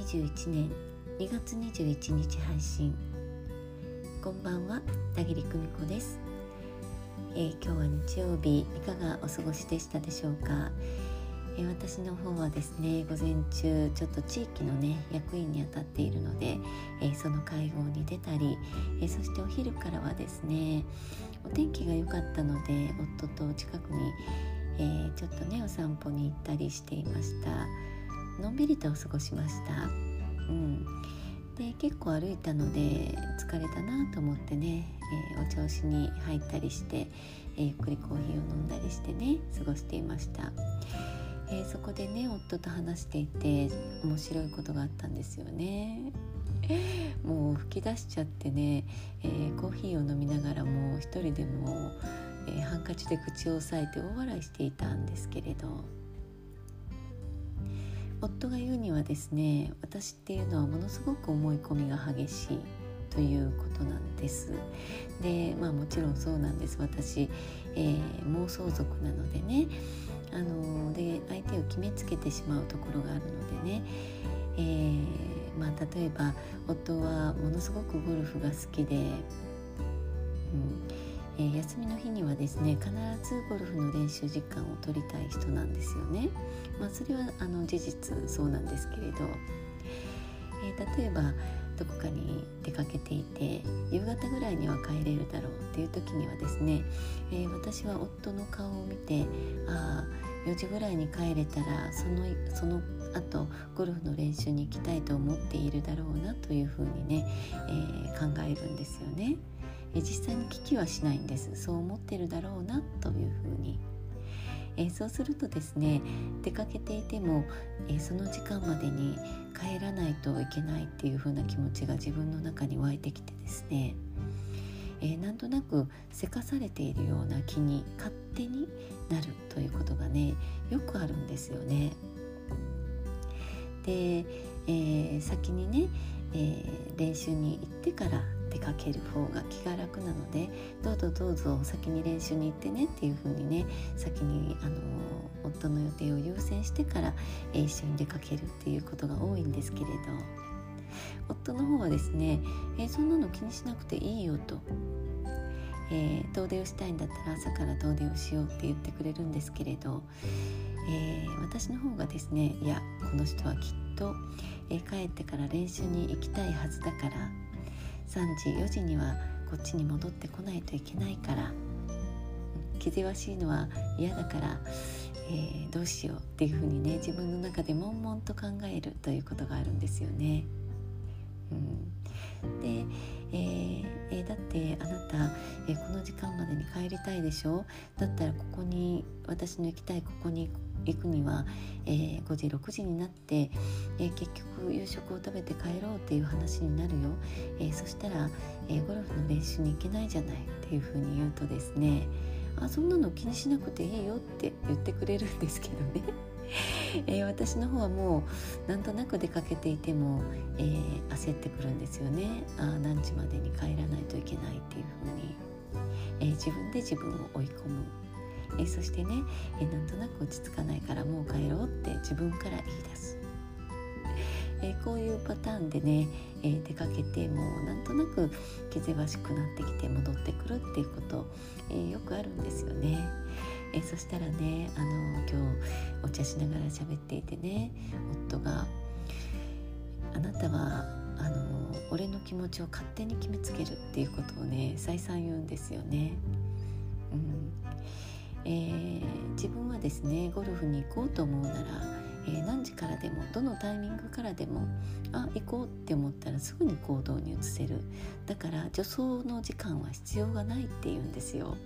2021年2月21日配信。こんばんは、田切久美子です。今日は日曜日、いかがお過ごしでしたでしょうか。私の方はですね、午前中ちょっと地域のね役員に当たっているので、その会合に出たり、そしてお昼からはですね、お天気が良かったので夫と近くに、ちょっとねお散歩に行ったりしていました。のんびりと過ごしました。で結構歩いたので疲れたなと思ってね、お調子に入ったりして、ゆっくりコーヒーを飲んだりしてね過ごしていました。そこでね夫と話していて面白いことがあったんですよね。もう吹き出しちゃってね、コーヒーを飲みながらも一人でも、ハンカチで口を押さえて大笑いしていたんですけれど、夫が言うにはですね、私っていうのはものすごく思い込みが激しいということなんです。で、もちろんそうなんです。私、妄想族なのでね、で相手を決めつけてしまうところがあるのでね、例えば夫はものすごくゴルフが好きで、休みの日にはですね必ずゴルフの練習時間を取りたい人なんですよね。それは事実そうなんですけれど、例えばどこかに出かけていて夕方ぐらいには帰れるだろうっていう時にはですね、私は夫の顔を見て、4時ぐらいに帰れたらその後ゴルフの練習に行きたいと思っているだろうなというふうにね、考えるんですよね。実際に聞きはしないんです。そう思ってるだろうなというふうに、そうするとですね、出かけていても、その時間までに帰らないといけないっていうふうな気持ちが自分の中に湧いてきてですね、なんとなくせかされているような気に勝手になるということがねよくあるんですよね。で、先にね、練習に行ってから出かける方が気が楽なので、どうぞ先に練習に行ってねっていう風にね、先に夫の予定を優先してから、一緒に出かけるっていうことが多いんですけれど、夫の方はですね、そんなの気にしなくていいよと、遠出をしたいんだったら朝から遠出をしようって言ってくれるんですけれど、私の方がですね、いやこの人はきっと、帰ってから練習に行きたいはずだから、3時4時にはこっちに戻ってこないといけないから、気ぜわしいのは嫌だから、どうしようっていうふうにね、自分の中で悶々と考えるということがあるんですよね。で、だってあなた、この時間までに帰りたいでしょ。だったらここに、私の行きたいここに行くには、5時6時になって、結局夕食を食べて帰ろうっていう話になるよ。そしたら、ゴルフの練習に行けないじゃないっていうふうに言うとですね、そんなの気にしなくていいよって言ってくれるんですけどね。私の方はもうなんとなく出かけていても、焦ってくるんですよね。何時までに帰らないといけないっていうふうに、自分で自分を追い込む。そしてね、なんとなく落ち着かないからもう帰ろうって自分から言い出す。こういうパターンでね、出かけてもうなんとなく気ぜわしくなってきて戻ってくるっていうこと、よくあるんですよね。そしたらね、今日お茶しながら喋っていてね、夫が、あなたは俺の気持ちを勝手に決めつけるっていうことをね再三言うんですよね。自分はですねゴルフに行こうと思うなら、何時からでもどのタイミングからでも行こうって思ったらすぐに行動に移せる。だから助走の時間は必要がないって言うんですよ。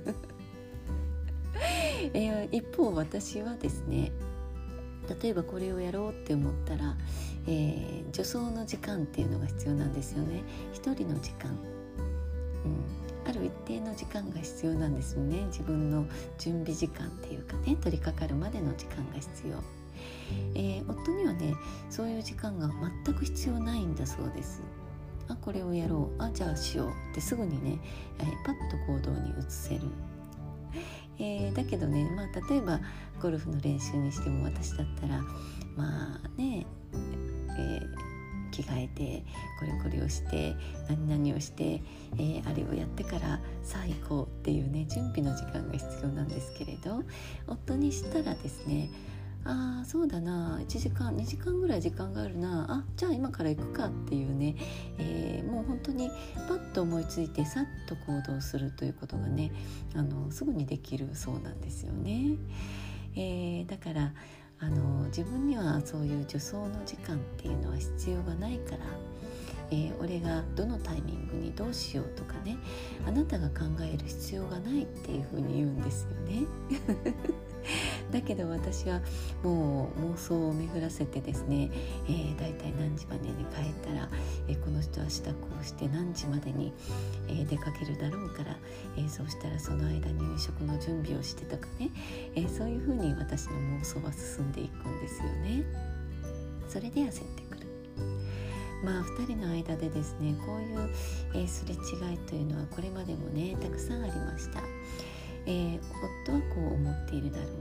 一方私はですね、例えばこれをやろうって思ったら、助走の時間っていうのが必要なんですよね。一人の時間、ある一定の時間が必要なんですよね。自分の準備時間っていうかね、取り掛かるまでの時間が必要。夫にはねそういう時間が全く必要ないんだそうです。これをやろう、じゃあしようってすぐにね、パッと行動に移せる。だけどね、例えばゴルフの練習にしても私だったら着替えてこれをして何々をして、あれをやってからさあ行こうっていうね準備の時間が必要なんですけれど、夫にしたらですね、そうだな、1時間2時間ぐらい時間があるな、じゃあ今から行くかっていうね、もう本当にパッと思いついてさっと行動するということがねすぐにできるそうなんですよね。だから自分にはそういう助走の時間っていうのは必要がないから、俺がどのタイミングにどうしようとかね、あなたが考える必要がないっていうふうに言うんですよねだけど私はもう妄想を巡らせてですね、だいたい何時までに帰ったら、この人は支度をして何時までに、出かけるだろうから、そうしたらその間に夕食の準備をしてとかね、そういうふうに私の妄想は進んでいくんですよね。それで焦ってくる。2人の間でですねこういう、すれ違いというのはこれまでもねたくさんありました。夫はこう思っているだろう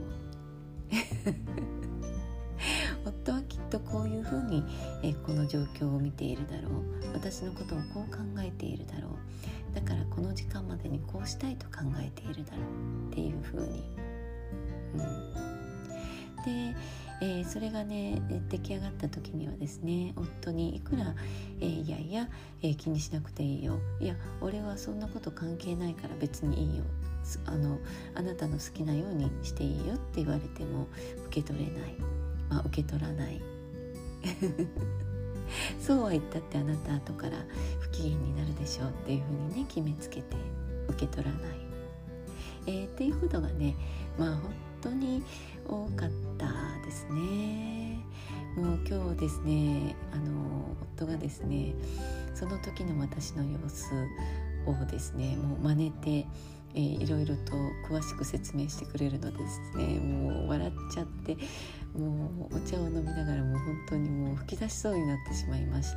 夫はきっとこういうふうに、この状況を見ているだろう、私のことをこう考えているだろう、だからこの時間までにこうしたいと考えているだろうっていうふうに、で、それがね出来上がった時にはですね夫にいくら、いや、気にしなくていいよ、いや俺はそんなこと関係ないから別にいいよ、あなたの好きなようにしていいよって言われても受け取れない、受け取らないそうは言ったってあなた後から不機嫌になるでしょうっていうふうにね決めつけて受け取らない、っていうことがね本当に多かったですね。もう今日ですね夫がですねその時の私の様子をですねもう真似ていろいろと詳しく説明してくれるのですね、もう笑っちゃってもうお茶を飲みながらもう本当にもう吹き出しそうになってしまいました。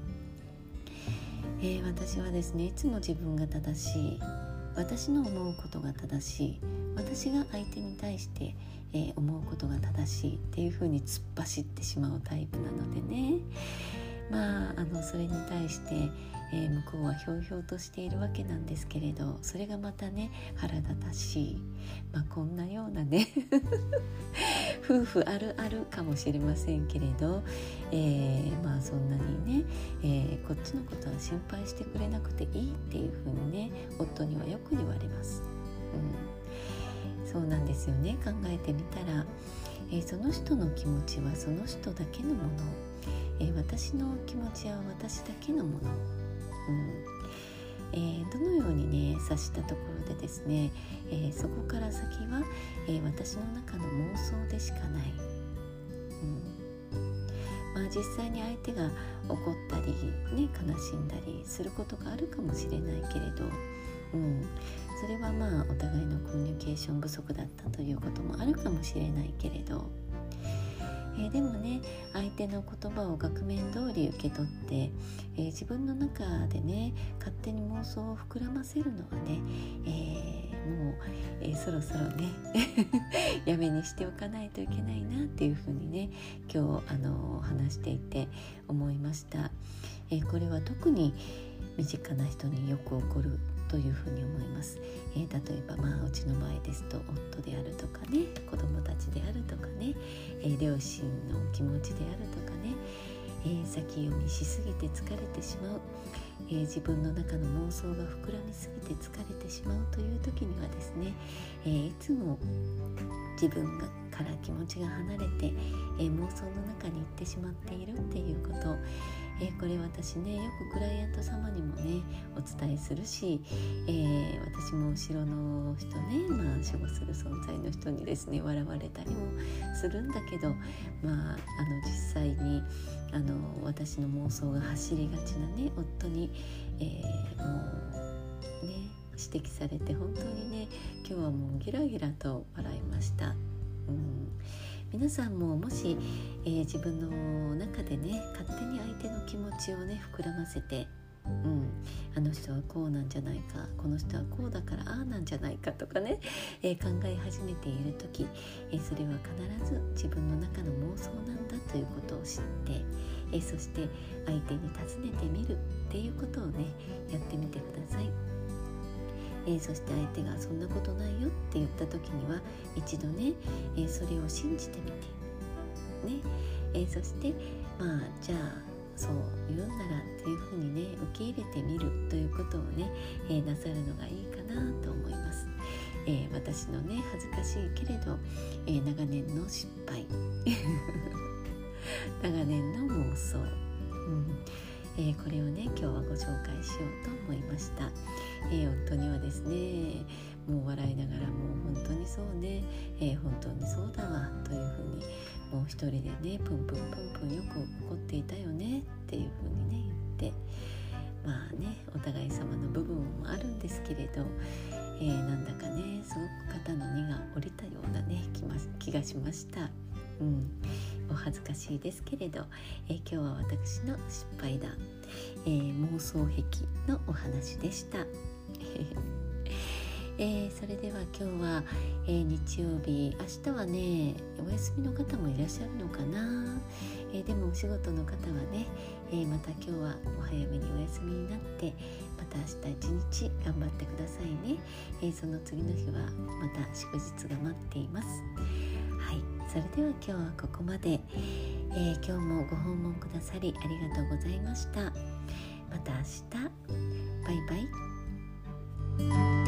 私はですねいつも自分が正しい、私の思うことが正しい、私が相手に対して、思うことが正しいっていうふうに突っ走ってしまうタイプなのでね、それに対して、向こうはひょうひょうとしているわけなんですけれど、それがまたね腹立たしい、こんなようなね夫婦あるあるかもしれませんけれど、そんなにね、こっちのことは心配してくれなくていいっていうふうにね夫にはよく言われます、そうなんですよね。考えてみたら、その人の気持ちはその人だけのもの、私の気持ちは私だけのもの、どのようにね察したところでですね、そこから先は、私の中の妄想でしかない、実際に相手が怒ったり、ね、悲しんだりすることがあるかもしれないけれど、それはお互いのコミュニケーション不足だったということもあるかもしれないけれど、でもね相手の言葉を額面通り受け取って、自分の中でね勝手に妄想を膨らませるのはね、もう、そろそろねやめにしておかないといけないなっていうふうにね今日話していて思いました。これは特に身近な人によく起こるというふうに思います。例えばうちの場合ですと夫であるとかね、子供たちであるとかね、両親の気持ちであるとかね、先読みしすぎて疲れてしまう、自分の中の妄想が膨らみすぎて疲れてしまうという時にはですね、いつも自分から気持ちが離れて、妄想の中に行ってしまっているっていうこと、これ私ねよくクライアント様にもねお伝えするし、私も後ろの人ね、守護する存在の人にですね笑われたりもするんだけど、実際に私の妄想が走りがちなね夫に、もうね指摘されて本当にね今日はもうギラギラと笑いました。皆さんももし、自分の中でね勝手に相手の気持ちをね膨らませて、 あの人はこうなんじゃないか、この人はこうだからああなんじゃないかとかね、考え始めている時、それは必ず自分の中の妄想なんだということを知って、そして相手に尋ねてみるっていうことをねやってみてください。そして相手がそんなことないよって言った時には一度ね、それを信じてみてね、そしてじゃあそう言うんならっていうふうにね受け入れてみるということをね、なさるのがいいかなと思います。私のね恥ずかしいけれど、長年の失敗長年の妄想、これをね今日はご紹介しようと思いました。夫にはですねもう笑いながらもう本当にそうね、本当にそうだわというふうにもう一人でねプンプンよく怒っていたよねっていうふうにね言って、お互い様の部分もあるんですけれど、なんだかねすごく肩の荷が下りたようなね気がしました。お恥ずかしいですけれど、今日は私の失敗談、妄想癖のお話でした。それでは今日は、日曜日、明日はねお休みの方もいらっしゃるのかな、でもお仕事の方はね、また今日はお早めにお休みになってまた明日一日頑張ってくださいね。その次の日はまた祝日が待っています。はい、それでは今日はここまで、今日もご訪問くださりありがとうございました。また明日、バイバイ。